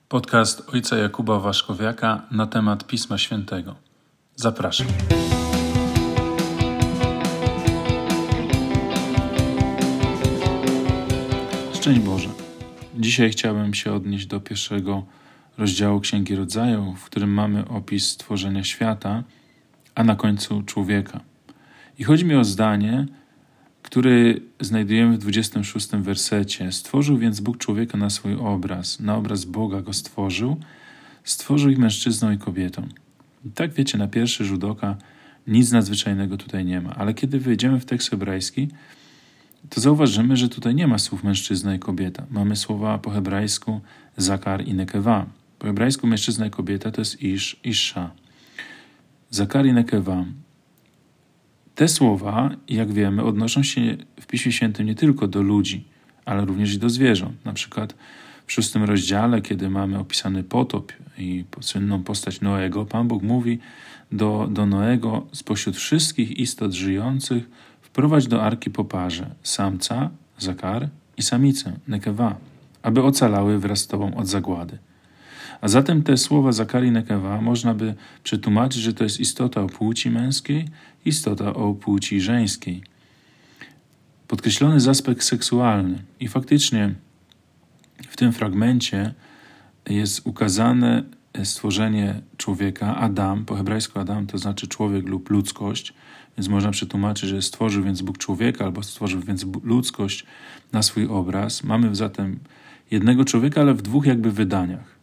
Podcast ojca Jakuba Waszkowiaka na temat Pisma Świętego. Zapraszam. Szczęść Boże. Dzisiaj chciałbym się odnieść do pierwszego rozdziału Księgi Rodzaju, w którym mamy opis stworzenia świata, a na końcu człowieka. I chodzi mi o zdanie, który znajdujemy w 26 wersecie. Stworzył więc Bóg człowieka na swój obraz. Na obraz Boga go stworzył ich mężczyzną i kobietą. I tak wiecie, na pierwszy rzut oka nic nadzwyczajnego tutaj nie ma. Ale kiedy wejdziemy w tekst hebrajski, to zauważymy, że tutaj nie ma słów mężczyzna i kobieta. Mamy słowa po hebrajsku zakar i nekewa. Po hebrajsku mężczyzna i kobieta to jest ish, isha. Zakar i nekewa. Te słowa, jak wiemy, odnoszą się w Piśmie Świętym nie tylko do ludzi, ale również i do zwierząt. Na przykład w 6 rozdziale, kiedy mamy opisany potop i słynną postać Noego, Pan Bóg mówi do Noego: spośród wszystkich istot żyjących wprowadź do arki po parze samca, zakar, i samicę, nekewa, aby ocalały wraz z tobą od zagłady. A zatem te słowa zakar i nekewa można by przetłumaczyć, że to jest istota o płci męskiej, istota o płci żeńskiej. Podkreślony jest aspekt seksualny i faktycznie w tym fragmencie jest ukazane stworzenie człowieka, Adam, po hebrajsku Adam to znaczy człowiek lub ludzkość, więc można przetłumaczyć, że stworzył więc Bóg człowieka albo stworzył więc ludzkość na swój obraz. Mamy zatem jednego człowieka, ale w dwóch jakby wydaniach.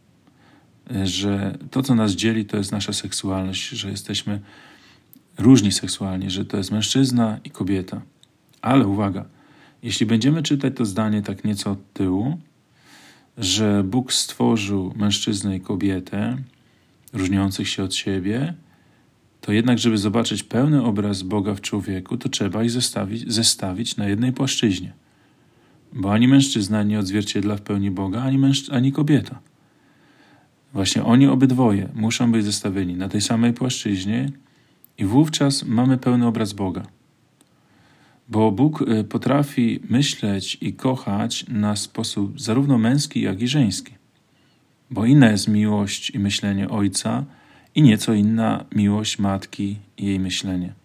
Że to, co nas dzieli, to jest nasza seksualność, że jesteśmy różni seksualnie, że to jest mężczyzna i kobieta. Ale uwaga, jeśli będziemy czytać to zdanie tak nieco od tyłu, że Bóg stworzył mężczyznę i kobietę, różniących się od siebie, to jednak, żeby zobaczyć pełny obraz Boga w człowieku, to trzeba ich zestawić na jednej płaszczyźnie. Bo ani mężczyzna nie odzwierciedla w pełni Boga, ani kobieta. Właśnie oni obydwoje muszą być zestawieni na tej samej płaszczyźnie i wówczas mamy pełny obraz Boga. Bo Bóg potrafi myśleć i kochać na sposób zarówno męski, jak i żeński. Bo inna jest miłość i myślenie ojca i nieco inna miłość matki i jej myślenie.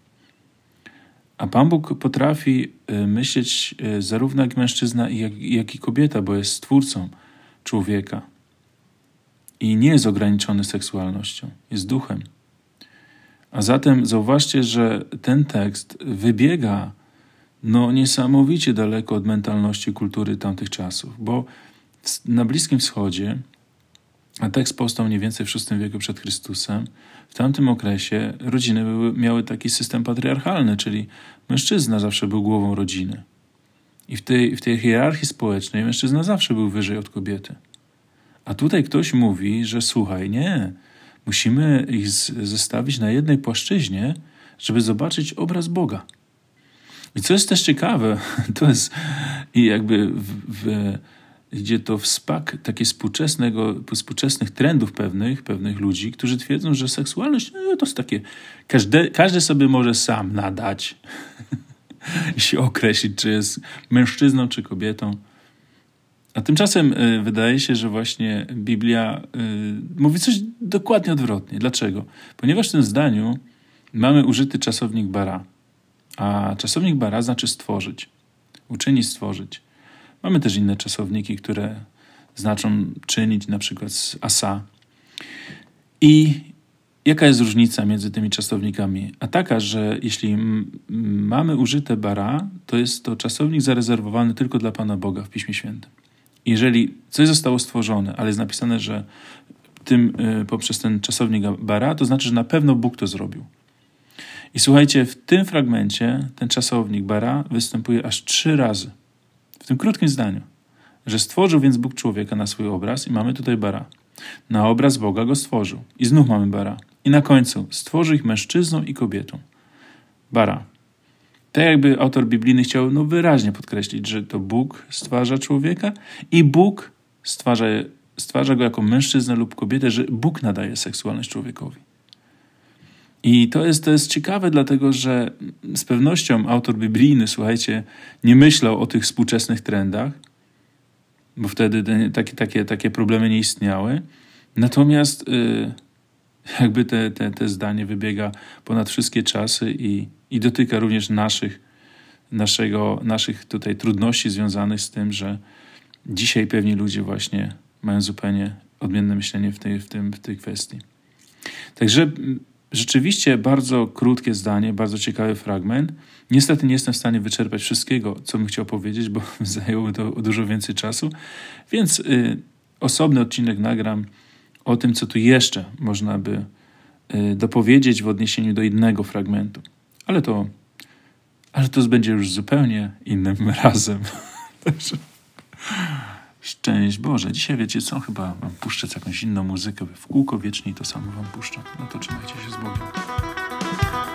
A Pan Bóg potrafi myśleć zarówno jak mężczyzna, jak i kobieta, bo jest stwórcą człowieka. I nie jest ograniczony seksualnością, jest duchem. A zatem zauważcie, że ten tekst wybiega niesamowicie daleko od mentalności kultury tamtych czasów, bo na Bliskim Wschodzie, a tekst powstał mniej więcej w VI wieku przed Chrystusem, w tamtym okresie rodziny miały taki system patriarchalny, czyli mężczyzna zawsze był głową rodziny. I w tej hierarchii społecznej mężczyzna zawsze był wyżej od kobiety. A tutaj ktoś mówi, że słuchaj, nie, musimy ich zestawić na jednej płaszczyźnie, żeby zobaczyć obraz Boga. I co jest też ciekawe, to jest i jakby idzie to w spak takich współczesnych trendów pewnych ludzi, którzy twierdzą, że seksualność to jest takie, każdy sobie może sam nadać i się określić, czy jest mężczyzną, czy kobietą. A tymczasem wydaje się, że właśnie Biblia mówi coś dokładnie odwrotnie. Dlaczego? Ponieważ w tym zdaniu mamy użyty czasownik bara. A czasownik bara znaczy stworzyć. Uczynić, stworzyć. Mamy też inne czasowniki, które znaczą czynić, na przykład z asa. I jaka jest różnica między tymi czasownikami? A taka, że jeśli mamy użyte bara, to jest to czasownik zarezerwowany tylko dla Pana Boga w Piśmie Świętym. Jeżeli coś zostało stworzone, ale jest napisane, że poprzez ten czasownik bara, to znaczy, że na pewno Bóg to zrobił. I słuchajcie, w tym fragmencie ten czasownik bara występuje aż 3 razy. W tym krótkim zdaniu. Że stworzył więc Bóg człowieka na swój obraz i mamy tutaj bara. Na obraz Boga go stworzył. I znów mamy bara. I na końcu stworzył ich mężczyzną i kobietą. Bara. Tak jakby autor biblijny chciał wyraźnie podkreślić, że to Bóg stwarza człowieka i Bóg stwarza go jako mężczyznę lub kobietę, że Bóg nadaje seksualność człowiekowi. I to jest ciekawe, dlatego że z pewnością autor biblijny, słuchajcie, nie myślał o tych współczesnych trendach, bo wtedy takie problemy nie istniały. Natomiast jakby te zdanie wybiega ponad wszystkie czasy i dotyka również naszych tutaj trudności związanych z tym, że dzisiaj pewni ludzie właśnie mają zupełnie odmienne myślenie w tej kwestii. Także rzeczywiście bardzo krótkie zdanie, bardzo ciekawy fragment. Niestety nie jestem w stanie wyczerpać wszystkiego, co bym chciał powiedzieć, bo zajęłoby to dużo więcej czasu, więc osobny odcinek nagram o tym, co tu jeszcze można by dopowiedzieć w odniesieniu do innego fragmentu. Ale to będzie już zupełnie innym razem. Także szczęść Boże. Dzisiaj wiecie co? Chyba wam puszczę jakąś inną muzykę w kółko wiecznie i to samo wam puszczę. No to trzymajcie się z Bogiem.